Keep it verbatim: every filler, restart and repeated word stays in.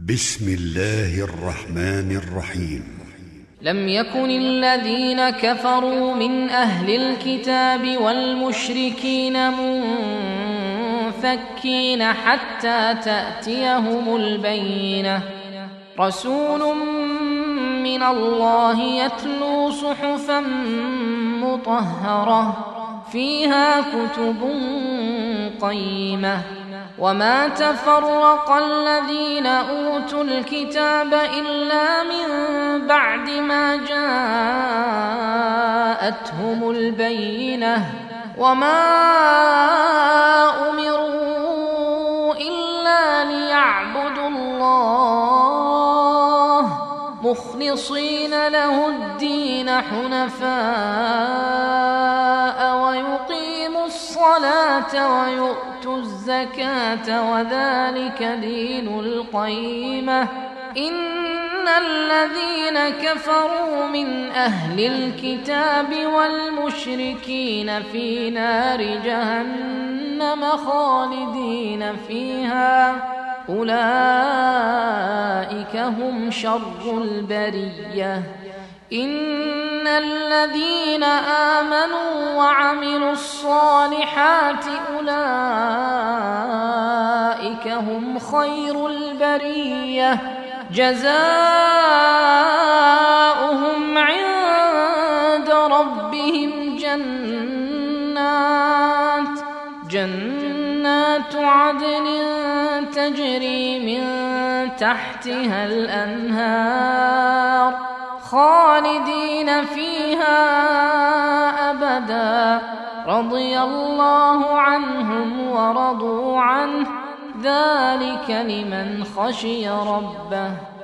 بسم الله الرحمن الرحيم. لم يكن الذين كفروا من أهل الكتاب والمشركين منفكين حتى تأتيهم البينة، رسول من الله يتلو صحفا مطهرة فيها كتب قيمة. وما تفرق الذين أوتوا الكتاب إلا من بعد ما جاءتهم البينة، وما أمروا إلا ليعبدوا الله مخلصين له الدين حنفاء ويقيموا الصلاة ويؤتوا الزكاة وذلك دين القيمة. إن الذين كفروا من أهل الكتاب والمشركين في نار جهنم خالدين فيها، أولئك هم شر البرية. إن الذين آمنوا وعملوا الصالحات أولئك هم خير البرية، جزاؤهم عند ربهم جنات جنات عدن تجري من تحتها الأنهار خالدين فيها أبدا، رضي الله عنهم ورضوا عنه، ذلك لمن خشي ربه.